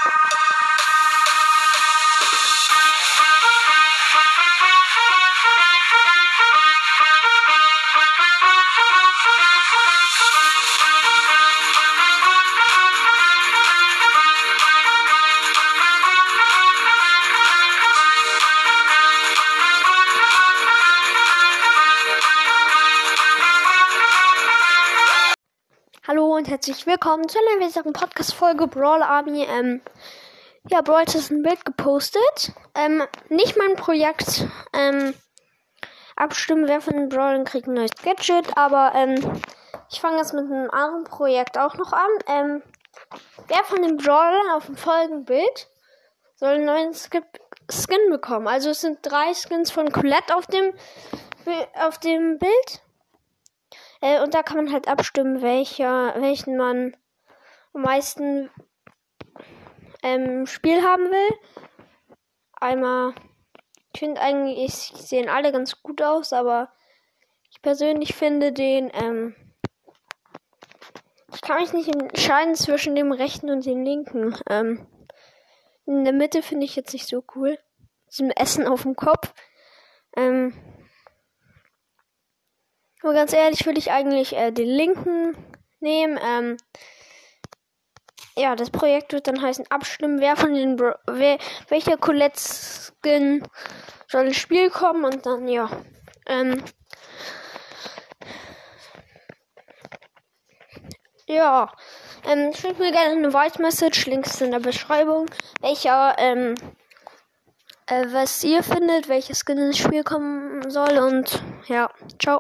Hallo und herzlich willkommen zu einer weiteren Podcast-Folge Brawl Army. Brawl ist ein Bild gepostet. Nicht mein Projekt. Abstimmen, wer von den Brawlern kriegt ein neues Gadget. Aber ich fange jetzt mit einem anderen Projekt auch noch an. Wer von den Brawlern auf dem folgenden Bild soll einen neuen Skin bekommen. Also es sind 3 Skins von Colette auf dem Bild. Und da kann man halt abstimmen, welchen man am meisten Spiel haben will. Einmal, ich finde eigentlich, sehen alle ganz gut aus, aber ich persönlich finde ich kann mich nicht entscheiden zwischen dem rechten und dem linken. In der Mitte finde ich jetzt nicht so cool. Diesem Essen auf dem Kopf. Aber ganz ehrlich würde ich eigentlich den linken nehmen. Das Projekt wird dann heißen abstimmen, welcher Colette-Skin soll ins Spiel kommen und dann, schreibt mir gerne eine Voice Message, Links in der Beschreibung, was ihr findet, welches Skin ins Spiel kommen soll und ciao.